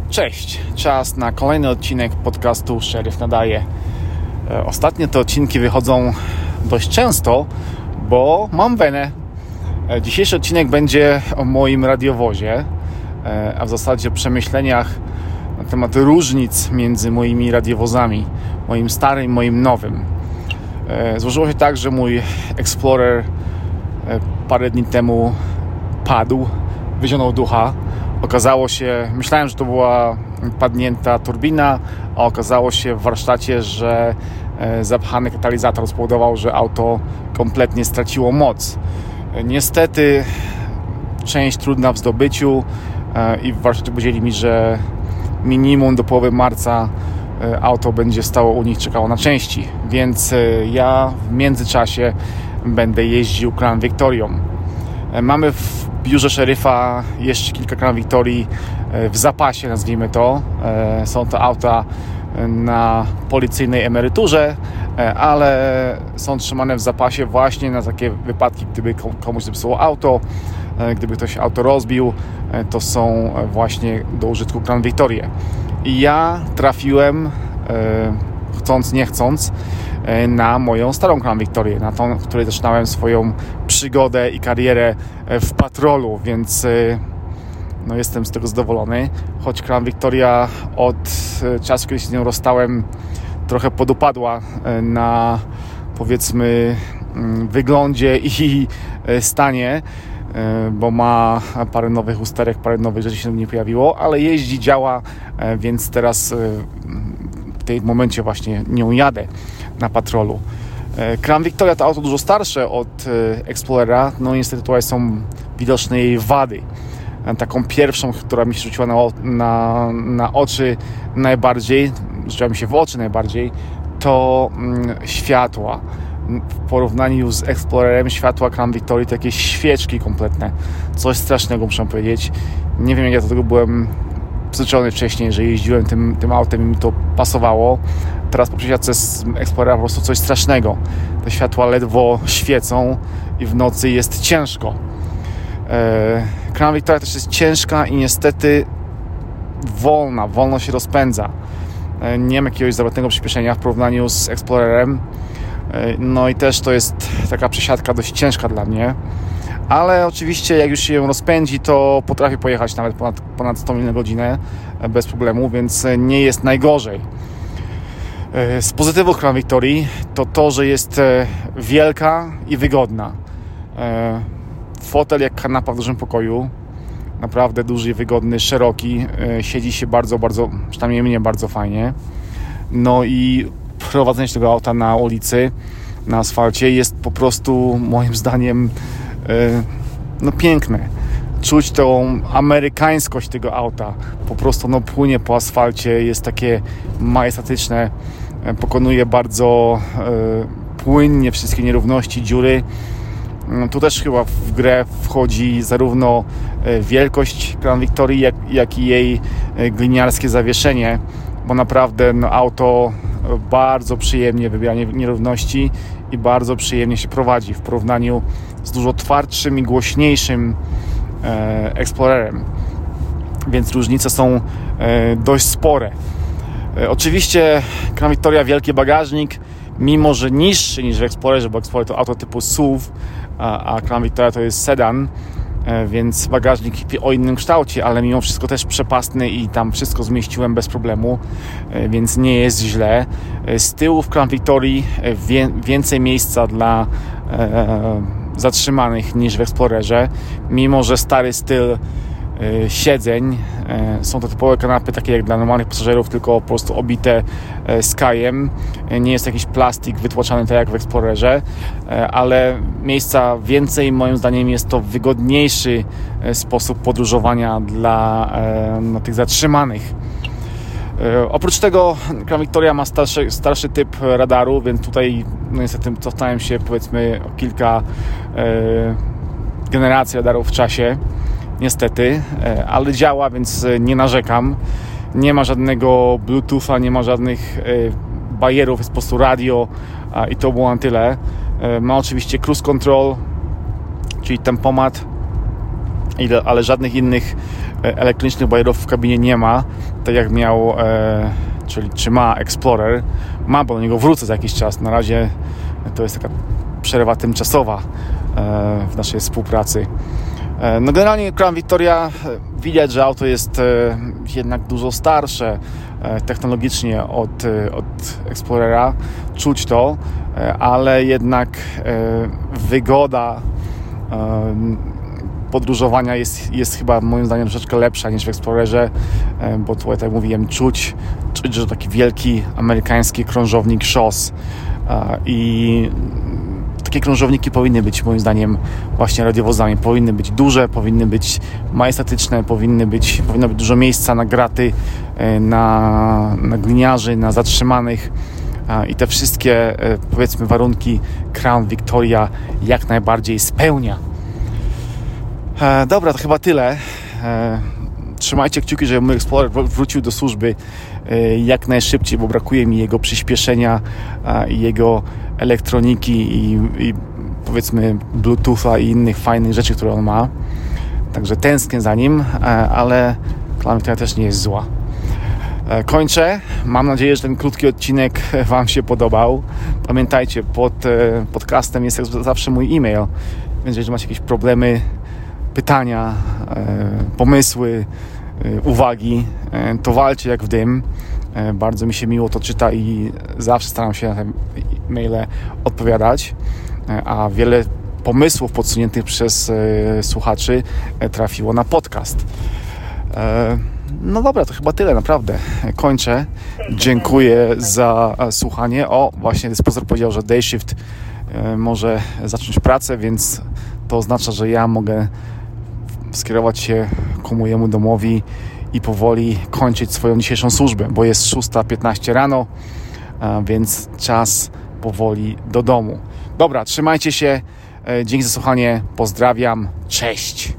Cześć, czas na kolejny odcinek podcastu Szeryf Nadaje. Ostatnie te odcinki wychodzą dość często, bo mam wenę. Dzisiejszy odcinek będzie o moim radiowozie, a w zasadzie przemyśleniach na temat różnic między moimi radiowozami, moim starym i moim nowym. Złożyło się tak, że mój Explorer parę dni temu padł, wyzionął ducha. Okazało się, myślałem, że to była padnięta turbina, a okazało się w warsztacie, że zapchany katalizator spowodował, że auto kompletnie straciło moc. Niestety część trudna w zdobyciu i w warsztacie powiedzieli mi, że minimum do połowy marca auto będzie stało u nich, czekało na części, więc ja w międzyczasie będę jeździł Crown Victorią. Mamy w biurze szeryfa jeszcze kilka Crown Victorii w zapasie, nazwijmy to. Są to auta na policyjnej emeryturze, ale są trzymane w zapasie właśnie na takie wypadki, gdyby komuś zepsuło auto, gdyby ktoś auto rozbił, to są właśnie do użytku Crown Victorie. I ja trafiłem, chcąc nie chcąc, na moją starą Crown Victorię, na tą, w której zaczynałem swoją przygodę i karierę w patrolu, więc jestem z tego zadowolony. Choć Crown Victoria od czasu, kiedy się z nią rozstałem, trochę podupadła na, powiedzmy, wyglądzie i stanie, bo ma parę nowych usterek, parę nowych rzeczy się nie pojawiło, ale jeździ, działa, więc teraz w tym momencie właśnie nią jadę na patrolu. Crown Victoria to auto dużo starsze od Explorera, niestety tutaj są widoczne jej wady. Taką pierwszą, która mi się rzuciła na oczy najbardziej, rzuciła mi się w oczy najbardziej, to światła. W porównaniu z Explorerem światła Crown Victorii to jakieś świeczki kompletne. Coś strasznego, muszę powiedzieć. Nie wiem, jak ja do tego byłem przyzwyczajony wcześniej, że jeździłem tym autem i mi to pasowało. Teraz po przesiadce z Explorera po prostu coś strasznego. Te światła ledwo świecą i w nocy jest ciężko. Crown Victoria też jest ciężka i niestety wolno się rozpędza. Nie ma jakiegoś zawrotnego przyspieszenia w porównaniu z Explorerem. No i też to jest taka przesiadka dość ciężka dla mnie. Ale oczywiście jak już się ją rozpędzi, to potrafi pojechać nawet ponad 100 mil na godzinę bez problemu, więc nie jest najgorzej. Z pozytywów Crown Victorii to, że jest wielka i wygodna. Fotel jak kanapa w dużym pokoju. Naprawdę duży, wygodny, szeroki. Siedzi się bardzo, przynajmniej mnie bardzo fajnie. No i prowadzenie tego auta na ulicy, na asfalcie jest po prostu moim zdaniem piękne. Czuć tą amerykańskość tego auta. Po prostu płynie po asfalcie, jest takie majestatyczne, pokonuje bardzo płynnie wszystkie nierówności, dziury. Tu też chyba w grę wchodzi zarówno wielkość Crown Victorii, jak i jej gliniarskie zawieszenie, bo naprawdę auto bardzo przyjemnie wybiera nierówności i bardzo przyjemnie się prowadzi w porównaniu z dużo twardszym i głośniejszym Explorerem, więc różnice są dość spore. Oczywiście Crown Victoria wielki bagażnik, mimo że niższy niż w Explorerze, bo Explorer to auto typu SUV, a Crown Victoria to jest sedan, więc bagażnik o innym kształcie, ale mimo wszystko też przepastny i tam wszystko zmieściłem bez problemu, więc nie jest źle. Z tyłu w Crown Victorii więcej miejsca dla zatrzymanych niż w Explorerze, mimo że stary styl siedzeń, są to typowe kanapy takie jak dla normalnych pasażerów, tylko po prostu obite skajem, nie jest jakiś plastik wytłaczany tak jak w Explorerze, ale miejsca więcej, moim zdaniem jest to wygodniejszy sposób podróżowania dla tych zatrzymanych. Oprócz tego Crown Victoria ma starszy typ radaru, więc tutaj niestety cofnąłem się powiedzmy o kilka generacji radarów w czasie, niestety, ale działa, więc nie narzekam. Nie ma żadnego Bluetootha, nie ma żadnych bajerów, jest po prostu radio i to było na tyle. Ma oczywiście cruise control, czyli tempomat, ale żadnych innych elektronicznych bajerów w kabinie nie ma, tak jak miał, czy ma Explorer. Ma, bo do niego wrócę za jakiś czas. Na razie to jest taka przerwa tymczasowa w naszej współpracy. No generalnie Crown Victoria, widać, że auto jest jednak dużo starsze technologicznie od Explorera, czuć to, ale jednak wygoda podróżowania jest chyba moim zdaniem troszeczkę lepsza niż w Explorerze, bo tutaj, tak jak mówiłem, czuć, że taki wielki amerykański krążownik szos i takie krążowniki powinny być moim zdaniem właśnie radiowozami. Powinny być duże, powinny być majestatyczne, powinno być dużo miejsca na graty, na gliniarzy, na zatrzymanych i te wszystkie, powiedzmy, warunki Crown Victoria jak najbardziej spełnia. Dobra, to chyba tyle. Trzymajcie kciuki, żeby mój Explorer wrócił do służby jak najszybciej, bo brakuje mi jego przyspieszenia i jego elektroniki i powiedzmy Bluetootha i innych fajnych rzeczy, które on ma. Także tęsknię za nim, ale Klametia też nie jest zła. Kończę. Mam nadzieję, że ten krótki odcinek Wam się podobał. Pamiętajcie, pod podcastem jest jak zawsze mój e-mail, więc jeżeli macie jakieś problemy, pytania, pomysły, uwagi, to walcie jak w dym. Bardzo mi się miło to czyta i zawsze staram się na te maile odpowiadać, a wiele pomysłów podsuniętych przez słuchaczy trafiło na podcast. No dobra, to chyba tyle, naprawdę. Kończę. Dziękuję za słuchanie. O, właśnie dyspozytor powiedział, że day shift może zacząć pracę, więc to oznacza, że ja mogę skierować się ku mojemu domowi i powoli kończyć swoją dzisiejszą służbę, bo jest 6:15 rano, więc czas powoli do domu. Dobra, trzymajcie się. Dzięki za słuchanie. Pozdrawiam. Cześć.